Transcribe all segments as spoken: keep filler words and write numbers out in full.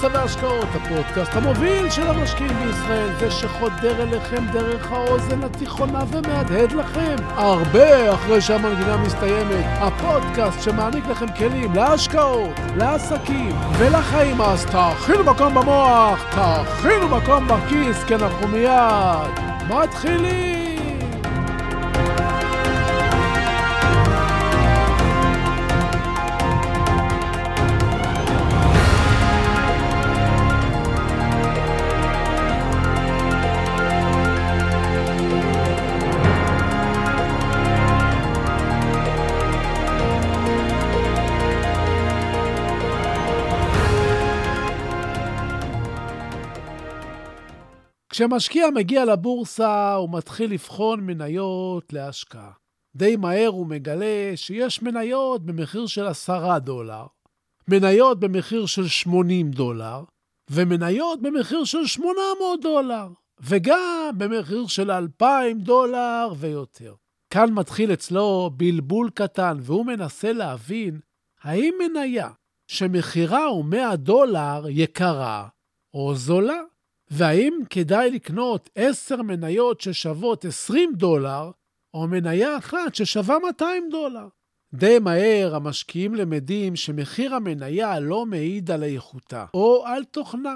בורסה והשקעות, הפודקאסט המוביל של המשקיעים בישראל, זה שחודר אליכם דרך האוזן התיכונה ומהדהד לכם הרבה אחרי שהמנגינה מסתיימת. הפודקאסט שמעניק לכם כלים להשקעות, לעסקים ולחיים. אז תאכינו מקום במוח, תאכינו מקום בכיס, כי אנחנו מיד מתחילים. כשמשקיע מגיע לבורסה, הוא מתחיל לבחון מניות להשקעה. די מהר הוא מגלה שיש מניות במחיר של עשרה דולר, מניות במחיר של שמונים דולר, ומניות במחיר של שמונה מאות דולר, וגם במחיר של אלפיים דולר ויותר. כאן מתחיל אצלו בלבול קטן, והוא מנסה להבין האם מניה שמחירה הוא מאה דולר יקרה או זולה. והאם כדאי לקנות עשר מניות ששוות עשרים דולר, או מניה אחת ששווה מאתיים דולר. די מהר המשקיעים למדים שמחיר המניה לא מעיד על איכותה, או על תוכנה,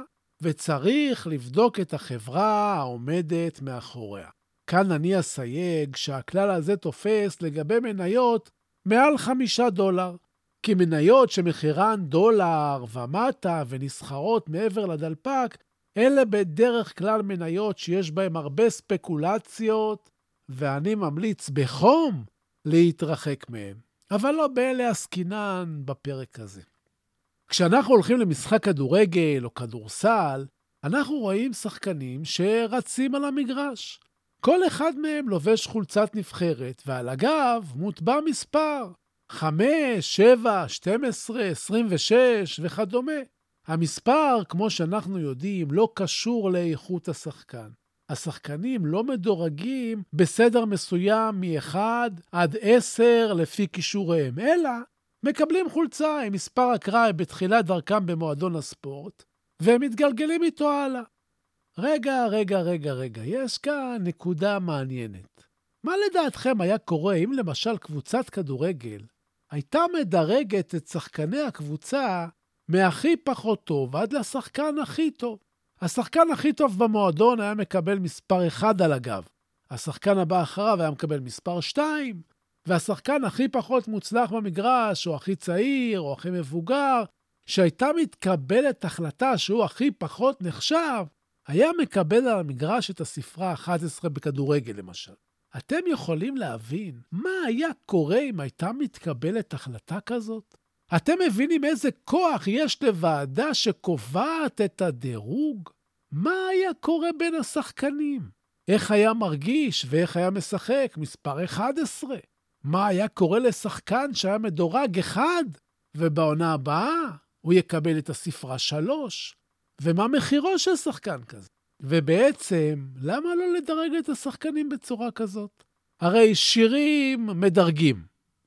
וצריך לבדוק את החברה העומדת מאחוריה. כאן אני אסייג שהכלל הזה תופס לגבי מניות מעל חמישה דולר, כי מניות שמחירן דולר ומטה ונסחרות מעבר לדלפק, אלה בדרך כלל מניות שיש בהן הרבה ספקולציות, ואני ממליץ בחום להתרחק מהן. אבל לא באלה עסקינן בפרק הזה. כשאנחנו הולכים למשחק כדורגל או כדורסל, אנחנו רואים שחקנים שרצים על המגרש. כל אחד מהם לובש חולצת נבחרת, ועל הגב מוטבע מספר, חמש, שבע, שתים עשרה, עשרים ושש וכדומה. המספר, כמו שאנחנו יודעים, לא קשור לאיכות השחקן. השחקנים לא מדורגים בסדר מסוים מ-אחד עד עשר לפי כישוריהם, אלא מקבלים חולצה עם מספר אקראי בתחילת דרכם במועדון הספורט, והם מתגלגלים איתו הלאה. רגע, רגע, רגע, רגע, יש כאן נקודה מעניינת. מה לדעתכם היה קורה אם למשל קבוצת כדורגל הייתה מדרגת את שחקני הקבוצה מהכי פחות טוב עד לשחקן הכי טוב? השחקן הכי טוב במועדון היה מקבל מספר אחד על הגב. השחקן הבא אחריו היה מקבל מספר שתיים, והשחקן הכי פחות מוצלח במגרש, או הכי צעיר, או הכי מבוגר, שהייתה מתקבלת החלטה שהוא הכי פחות נחשב, היה מקבל על המגרש את הספרה אחת עשרה בכדורגל למשל. אתם יכולים להבין מה היה קורה אם הייתה מתקבלת החלטה כזאת? אתם מבינים איזה כוח יש לוועדה שקובעת את הדירוג? מה היה קורה בין השחקנים? איך היה מרגיש ואיך היה משחק מספר אחת עשרה? מה היה קורה לשחקן שהיה מדורג אחד, ובעונה הבאה הוא יקבל את הספרה שלוש? ומה מחירו של שחקן כזה? ובעצם, למה לא לדרג את השחקנים בצורה כזאת? הרי שירים מדרגים,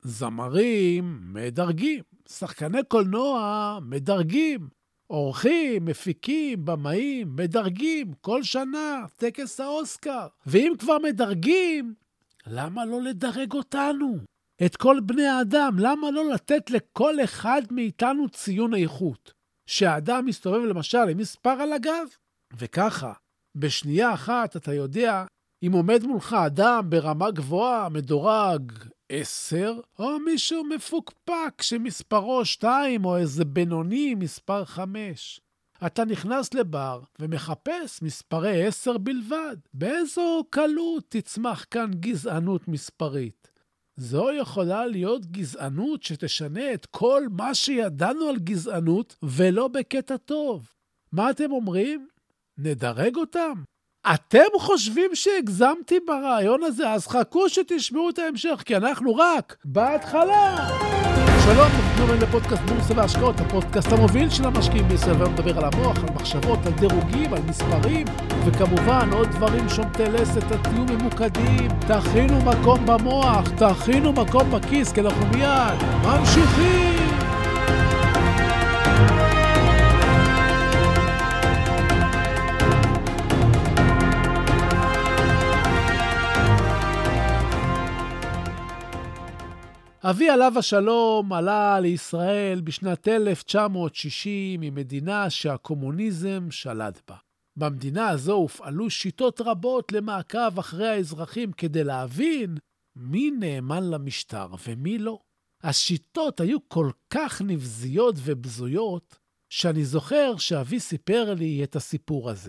זמרים מדרגים, שחקני קולנוע מדרגים, אורחים, מפיקים, במאים, מדרגים, כל שנה, טקס האוסקר. ואם כבר מדרגים, למה לא לדרג אותנו? את כל בני האדם, למה לא לתת לכל אחד מאיתנו ציון איכות? שהאדם מסתובב למשל עם מספר על הגב, וככה, בשנייה אחת אתה יודע אם עומד מולך אדם ברמה גבוהה, מדורג עשר, או מישהו מפוקפק שמספרו שתיים, או איזה בינוני מספר חמש. אתה נכנס לבר ומחפש מספרי עשר בלבד. באיזו קלות תצמח כאן גזענות מספרית? זו יכולה להיות גזענות שתשנה את כל מה שידענו על גזענות, ולא בקטע טוב. מה אתם אומרים? נדרג אותם? אתם חושבים שהגזמתי ברעיון הזה? אז חכו שתשמעו את ההמשך, כי אנחנו רק בהתחלה. שלום, אנחנו לפודקאסט בורסה והשקעות, הפודקאסט המוביל של המשקיעים בישראל, והיום מדבר על המוח, על מחשבות, על דירוגים, על מספרים, וכמובן עוד דברים שומטי לסת. תהיו ממוקדים, תכינו מקום במוח, תכינו מקום בכיס, כי אנחנו מיד ממשיכים. אבי עליו השלום עלה לישראל בשנת אלף תשע מאות שישים ממדינה שהקומוניזם שלט בה. במדינה הזו הופעלו שיטות רבות למעקב אחרי האזרחים כדי להבין מי נאמן למשטר ומי לא. השיטות היו כל כך נבזיות ובזויות, שאני זוכר שאבי סיפר לי את הסיפור הזה.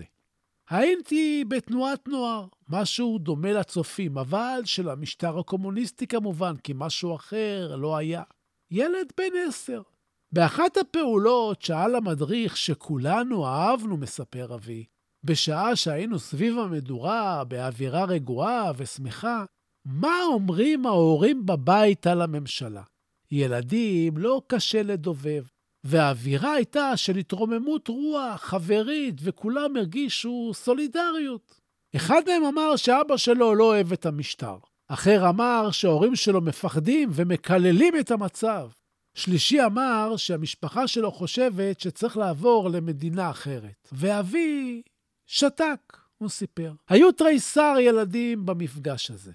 הייתי בתנועת נוער, משהו דומה לצופים, אבל של המשטר הקומוניסטי כמובן, כי משהו אחר לא היה. ילד בן עשר. באחת הפעולות שאל המדריך שכולנו אהבנו, מספר אבי, בשעה שהיינו סביב המדורה, באווירה רגועה ושמחה, מה אומרים ההורים בבית על הממשלה? ילדים לא קשה לדובב, והאווירה הייתה של התרוממות רוח, חברית, וכולם הרגישו סולידריות. אחד מהם אמר שאבא שלו לא אוהב את המשטר. אחר אמר שההורים שלו מפחדים ומקללים את המצב. שלישי אמר שהמשפחה שלו חושבת שצריך לעבור למדינה אחרת. ואבי שתק, הוא סיפר. היו תריסר ילדים במפגש הזה.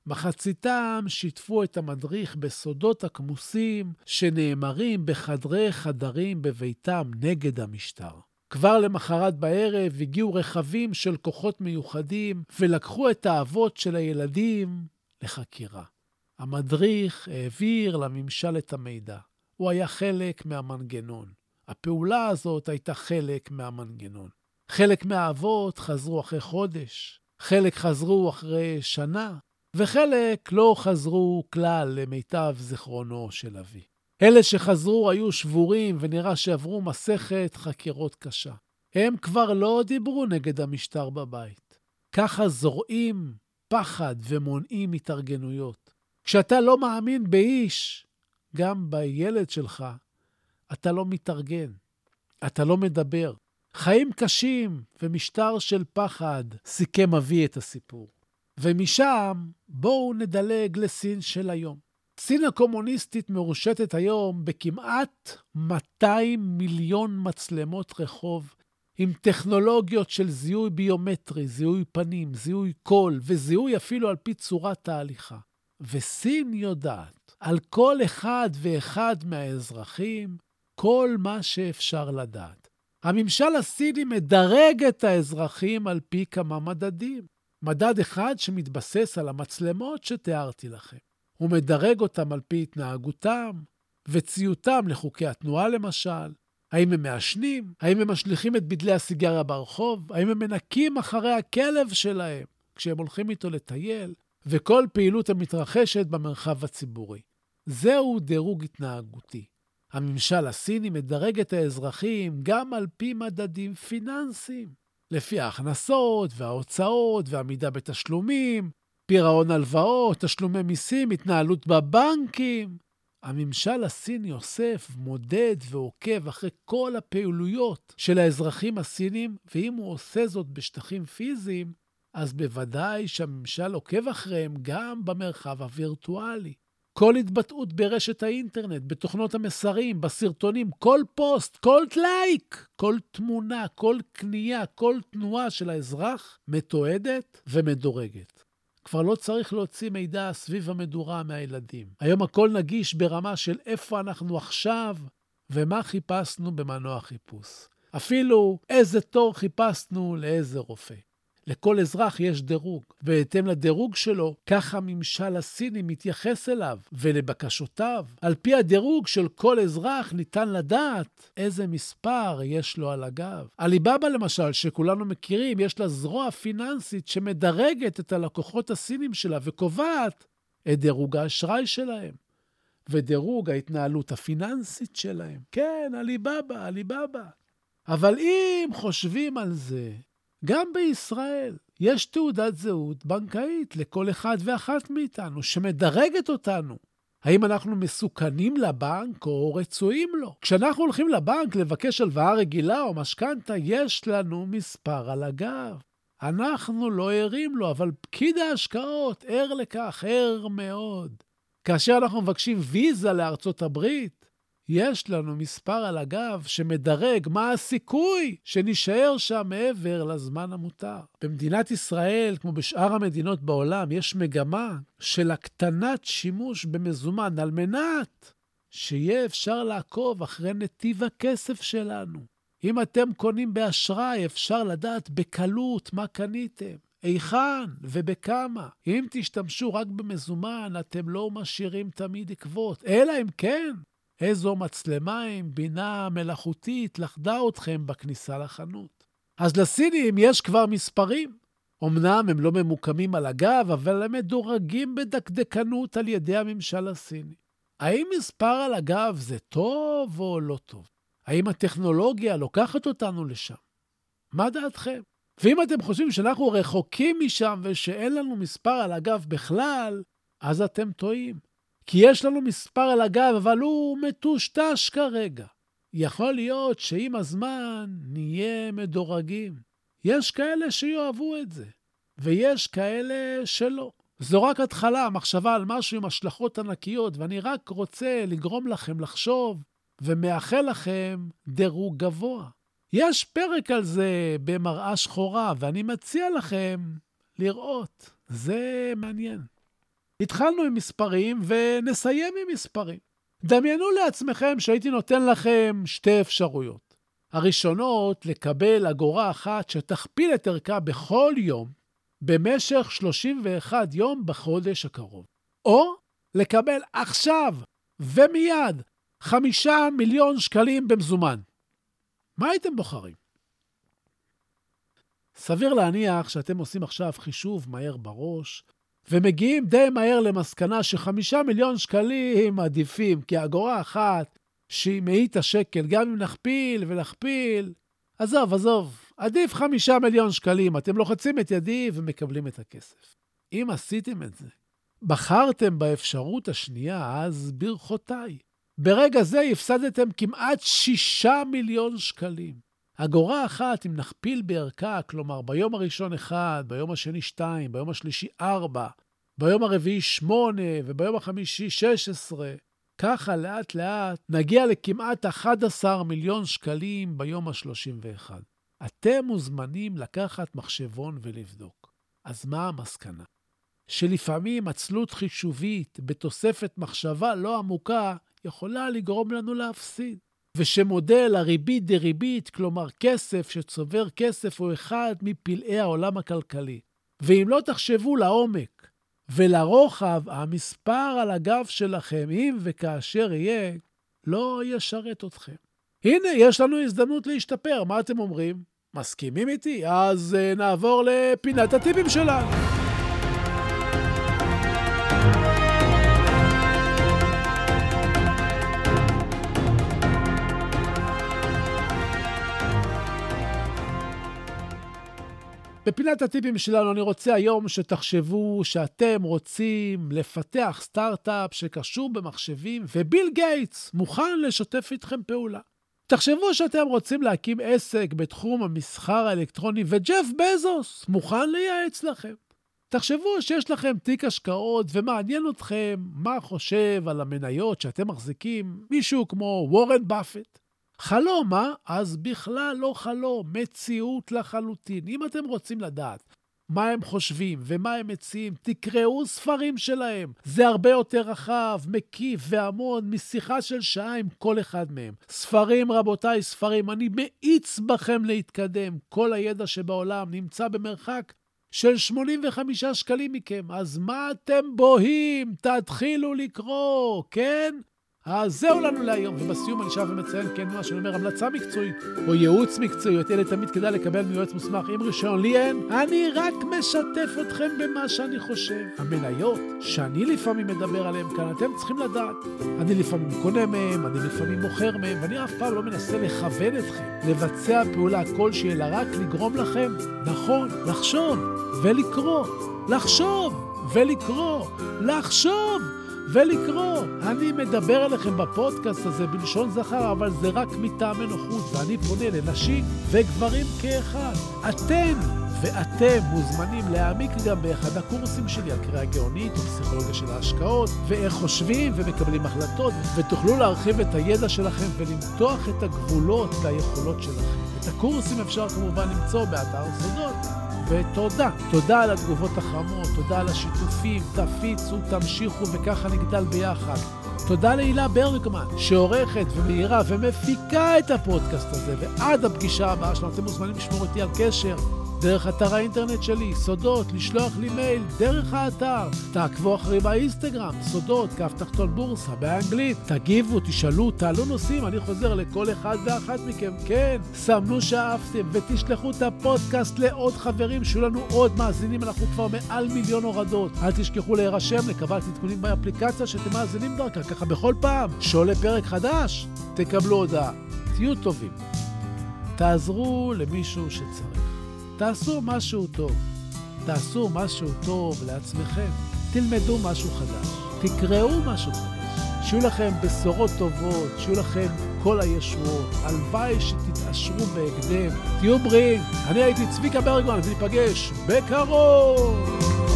מחציתם שיתפו את המדריך בסודות הכמוסים שנאמרים בחדרי חדרים בביתם נגד המשטר. כבר למחרת בערב הגיעו רכבים של כוחות מיוחדים ולקחו את האבות של הילדים לחקירה. המדריך העביר לממשל את המידע. הוא היה חלק מהמנגנון. הפעולה הזאת הייתה חלק מהמנגנון. חלק מהאבות חזרו אחרי חודש, חלק חזרו אחרי שנה, וחלק לא חזרו כלל למיטב זיכרונו של אבי. אלה שחזרו היו שבורים ונראה שעברו מסכת חקירות קשה. הם כבר לא דיברו נגד המשטר בבית. ככה זורעים פחד ומונעים התארגנויות. כשאתה לא מאמין באיש, גם בילד שלך, אתה לא מתארגן. אתה לא מדבר. חיים קשים ומשטר של פחד סיכם אבי את הסיפור. ומשם בואו נדלג לסין של היום. סין הקומוניסטית מרושתת היום בכמעט מאתיים מיליון מצלמות רחוב, עם טכנולוגיות של זיהוי ביומטרי, זיהוי פנים, זיהוי קול, וזיהוי אפילו על פי צורת ההליכה. וסין יודעת על כל אחד ואחד מהאזרחים כל מה שאפשר לדעת. הממשל הסיני מדרג את האזרחים על פי כמה מדדים. מדד אחד שמתבסס על המצלמות שתיארתי לכם. הוא מדרג אותם על פי התנהגותם וציותם לחוקי התנועה למשל. האם הם מעשנים? האם הם משליכים את בדלי הסיגריה ברחוב? האם הם מנקים אחרי הכלב שלהם כשהם הולכים איתו לטייל? וכל פעילות המתרחשת במרחב הציבורי. זהו דירוג התנהגותי. הממשל הסיני מדרג את האזרחים גם על פי מדדים פיננסיים. לפי ההכנסות וההוצאות והעמידה בתשלומים, פירעון הלוואות, תשלומי מיסים, התנהלות בבנקים. הממשל הסיני אוסף, מודד ועוקב אחרי כל הפעילויות של האזרחים הסינים, ואם הוא עושה זאת בשטחים פיזיים, אז בוודאי שהממשל עוקב אחריהם גם במרחב הווירטואלי. כל התבטאות ברשת האינטרנט, בתוכנות המסרים, בסרטונים, כל פוסט, כל לייק, כל תמונה, כל קנייה, כל תנועה של האזרח מתועדת ומדורגת. כבר לא צריך להוציא מידע סביב המדורה מהילדים. היום הכל נגיש ברמה של איפה אנחנו עכשיו ומה חיפשנו במנוע חיפוש. אפילו איזה תור חיפשנו לאיזה רופא. לכל אזרח יש דירוג, ובהתאם לדירוג שלו, ככה הממשל הסיני מתייחס אליו ולבקשותיו. על פי הדירוג של כל אזרח ניתן לדעת איזה מספר יש לו על הגב. עליבאבא למשל, שכולנו מכירים, יש לה זרוע פיננסית שמדרגת את הלקוחות הסינים שלה וקובעת את דירוג האשראי שלהם ודירוג ההתנהלות הפיננסית שלהם. כן, עליבאבא, עליבאבא. אבל אם חושבים על זה, גם בישראל יש תעודת זהות בנקאית לכל אחד ואחת מאיתנו שמדרגת אותנו. האם אנחנו מסוכנים לבנק או רצויים לו? כשאנחנו הולכים לבנק לבקש הלוואה רגילה או משכנתה, יש לנו מספר על הגב. אנחנו לא ערים לו, אבל פקיד ההשקעות ער לכך, ער מאוד. כאשר אנחנו מבקשים ויזה לארצות הברית, יש לנו מספר על הגב שמדרג מה הסיכוי שנשאר שם מעבר לזמן המותר. במדינת ישראל, כמו בשאר המדינות בעולם, יש מגמה של הקטנת שימוש במזומן על מנת שיהיה אפשר לעקוב אחרי נתיב הכסף שלנו. אם אתם קונים באשראי, אפשר לדעת בקלות מה קניתם, היכן ובכמה. אם תשתמשו רק במזומן, אתם לא משאירים תמיד עקבות, אלא אם כן, איזו מצלמה עם בינה מלאכותית לחדה אתכם בכניסה לחנות. אז לסינים יש כבר מספרים. אמנם הם לא ממוקמים על הגב, אבל הם מדורגים בדקדקנות על ידי הממשל הסיני. האם מספר על הגב זה טוב או לא טוב? האם הטכנולוגיה לוקחת אותנו לשם? מה דעתכם? ואם אתם חושבים שאנחנו רחוקים משם ושאין לנו מספר על הגב בכלל, אז אתם טועים. כי יש לנו מספר על הגב, אבל הוא מטושטש כרגע. יכול להיות שעם הזמן נהיה מדורגים. יש כאלה שיאהבו את זה, ויש כאלה שלא. זו רק התחלה, מחשבה על משהו עם השלכות ענקיות, ואני רק רוצה לגרום לכם לחשוב, ומאחל לכם דירוג גבוה. יש פרק על זה במראה שחורה, ואני מציע לכם לראות. זה מעניין. התחלנו עם מספרים ונסיים עם מספרים. דמיינו לעצמכם שהייתי נותן לכם שתי אפשרויות. הראשונות, לקבל אגורה אחת שתכפיל את ערכה בכל יום, במשך שלושים ואחד יום בחודש הקרוב. או לקבל עכשיו ומיד חמישה מיליון שקלים במזומן. מה הייתם בוחרים? סביר להניח שאתם עושים עכשיו חישוב מהר בראש, ומגיעים די מהר למסקנה שחמישה מיליון שקלים עדיפים, כי אגורה אחת שהיא מאית השקל, גם אם נכפיל ולהכפיל, עזוב, עזוב, עדיף חמישה מיליון שקלים, אתם לוחצים את ידי ומקבלים את הכסף. אם עשיתם את זה, בחרתם באפשרות השנייה, אז ברכותיי. ברגע זה הפסדתם כמעט שישה מיליון שקלים. אגורה אחת, אם נכפיל בערכה, כלומר ביום הראשון אחד, ביום השני שתיים, ביום השלישי ארבע, ביום הרביעי שמונה, וביום החמישי שש עשרה, ככה לאט לאט נגיע לכמעט אחד עשר מיליון שקלים ביום ה-שלושים ואחד. אתם מוזמנים לקחת מחשבון ולבדוק. אז מה המסקנה? שלפעמים עצלות חישובית בתוספת מחשבה לא עמוקה יכולה לגרום לנו להפסיד. ושמודל הריבית דריבית, כלומר כסף שצובר כסף, הוא אחד מפלאי העולם הכלכלי. ואם לא תחשבו לעומק ולרוחב, המספר על הגב שלכם, אם וכאשר יהיה, לא ישרת אתכם. הנה, יש לנו הזדמנות להשתפר. מה אתם אומרים? מסכימים איתי? אז uh, נעבור לפינת הטיפים שלנו. בפינת הטיפים שלנו אני רוצה היום שתחשבו שאתם רוצים לפתח סטארט-אפ שקשור במחשבים, וביל גייטס מוכן לשתף איתכם פעולה. תחשבו שאתם רוצים להקים עסק בתחום המסחר האלקטרוני, וג'ף בזוס מוכן לייעץ לכם. תחשבו שיש לכם תיק השקעות ומעניין אתכם מה חושב על המניות שאתם מחזיקים מישהו כמו וורן באפט. חלום, מה? אז בכלל לא חלום, מציאות לחלוטין. אם אתם רוצים לדעת מה הם חושבים ומה הם מציעים, תקראו ספרים שלהם. זה הרבה יותר רחב, מקיף והמון, משיחה של שעה עם כל אחד מהם. ספרים, רבותיי, ספרים. אני מאיץ בכם להתקדם. כל הידע שבעולם נמצא במרחק של שמונים וחמישה שקלים מכם. אז מה אתם בוהים? תתחילו לקרוא, כן? אז זהו לנו להיום, ובסיום אני שב ומציין, כן, מה שאני אומר, המלצה מקצועית או ייעוץ מקצועי, את אלה תמיד כדאי לקבל מיועץ מוסמך עם רישיון. לי אין, אני רק משתף אתכם במה שאני חושב. המניות שאני לפעמים מדבר עליהם כאן, אתם צריכים לדעת. אני לפעמים קונה מהם, אני לפעמים מוכר מהם, ואני אף פעם לא מנסה לכוון אתכם, לבצע פעולה כלשהי, אלא רק לגרום לכם, נכון, לחשוב ולקרוא, לחשוב ולקרוא, לחשוב ולקרוא. אני מדבר אליכם בפודקאסט הזה בלשון זכר, אבל זה רק מטעמי נוחות, ואני פונה לנשים וגברים כאחד. אתם ואתם מוזמנים להעמיק גם באחד הקורסים שלי על קריאה גאונית או פסיכולוגיה של ההשקעות, ואיך חושבים ומקבלים החלטות, ותוכלו להרחיב את הידע שלכם ולמתוח את הגבולות ליכולות שלכם. את הקורסים אפשר כמובן למצוא באתר סודות. ותודה, תודה על התגובות החמות, תודה על השיתופים, תפיצו, תמשיכו וככה נגדל ביחד. תודה להילה ברגמן, שעורכת ומהירה ומפיקה את הפודקאסט הזה, ועד הפגישה הבאה שלנו אתם מוזמנים לשמור איתי על קשר דרך אתר האינטרנט שלי, סודות, לשלוח לי מייל דרך האתר, תעקבו אחרי באינסטגרם, סודות, כף תחתון בורסה, באנגלית, תגיבו, תשאלו, תעלו נושאים, אני חוזר לכל אחד ואחת מכם, כן, סמנו שאהבתם ותשלחו את הפודקאסט לעוד חברים, שיהיו לנו עוד מאזינים, אנחנו כבר מעל מיליון הורדות, אל תשכחו להירשם, לקבל עדכונים באפליקציה שאתם מאזינים דרכה, ככה בכל פעם שעולה פרק חדש, תקבלו הודעה, תהיו טובים, תעזרו למישהו שצריך. תעשו משהו טוב, תעשו משהו טוב לעצמכם, תלמדו משהו חדש, תקראו משהו חדש, שיהיו לכם בשורות טובות, שיהיו לכם כל הישועות, הלוואי שתתעשרו בהקדם, תהיו בריאים, אני הייתי צביקה ברגמן וניפגש בקרוב.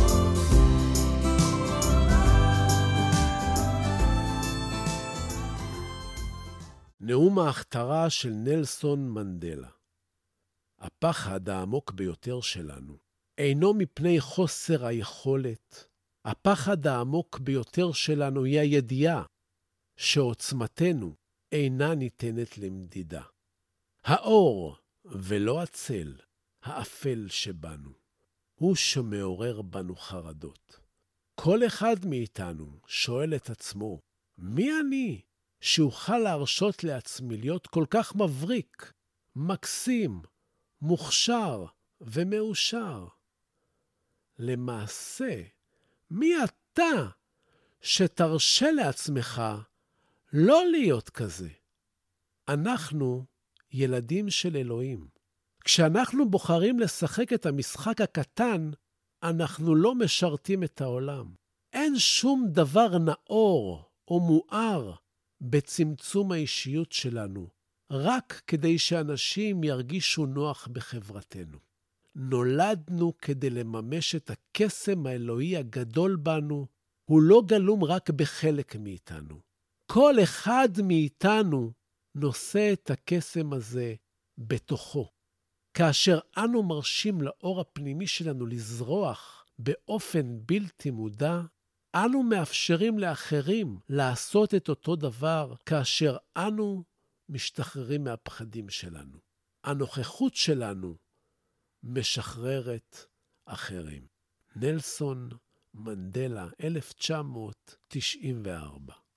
נאום ההכתרה של נלסון מנדלה. הפחד העמוק ביותר שלנו אינו מפני חוסר היכולת. הפחד העמוק ביותר שלנו היא הידיעה שעוצמתנו אינה ניתנת למדידה. האור ולא הצל, האפל שבנו, הוא שמעורר בנו חרדות. כל אחד מאיתנו שואל את עצמו, מי אני שאוכל להרשות לעצמי להיות כל כך מבריק, מקסים, מוכשר ומאושר? למעשה, מי אתה שתרשה לעצמך לא להיות כזה? אנחנו ילדים של אלוהים. כשאנחנו בוחרים לשחק את המשחק הקטן, אנחנו לא משרתים את העולם. אין שום דבר נאור או מואר בצמצום האישיות שלנו, רק כדי שאנשים ירגישו נוח בחברתנו. נולדנו כדי לממש את הקסם האלוהי הגדול בנו, הוא לא גלום רק בחלק מאיתנו. כל אחד מאיתנו נושא את הקסם הזה בתוכו. כאשר אנו מרשים לאור הפנימי שלנו לזרוח באופן בלתי מודע, אנו מאפשרים לאחרים לעשות את אותו דבר כאשר אנו משתחררים מהפחדים שלנו. הנוכחות שלנו משחררת אחרים. נלסון מנדלה, אלף תשע מאות תשעים וארבע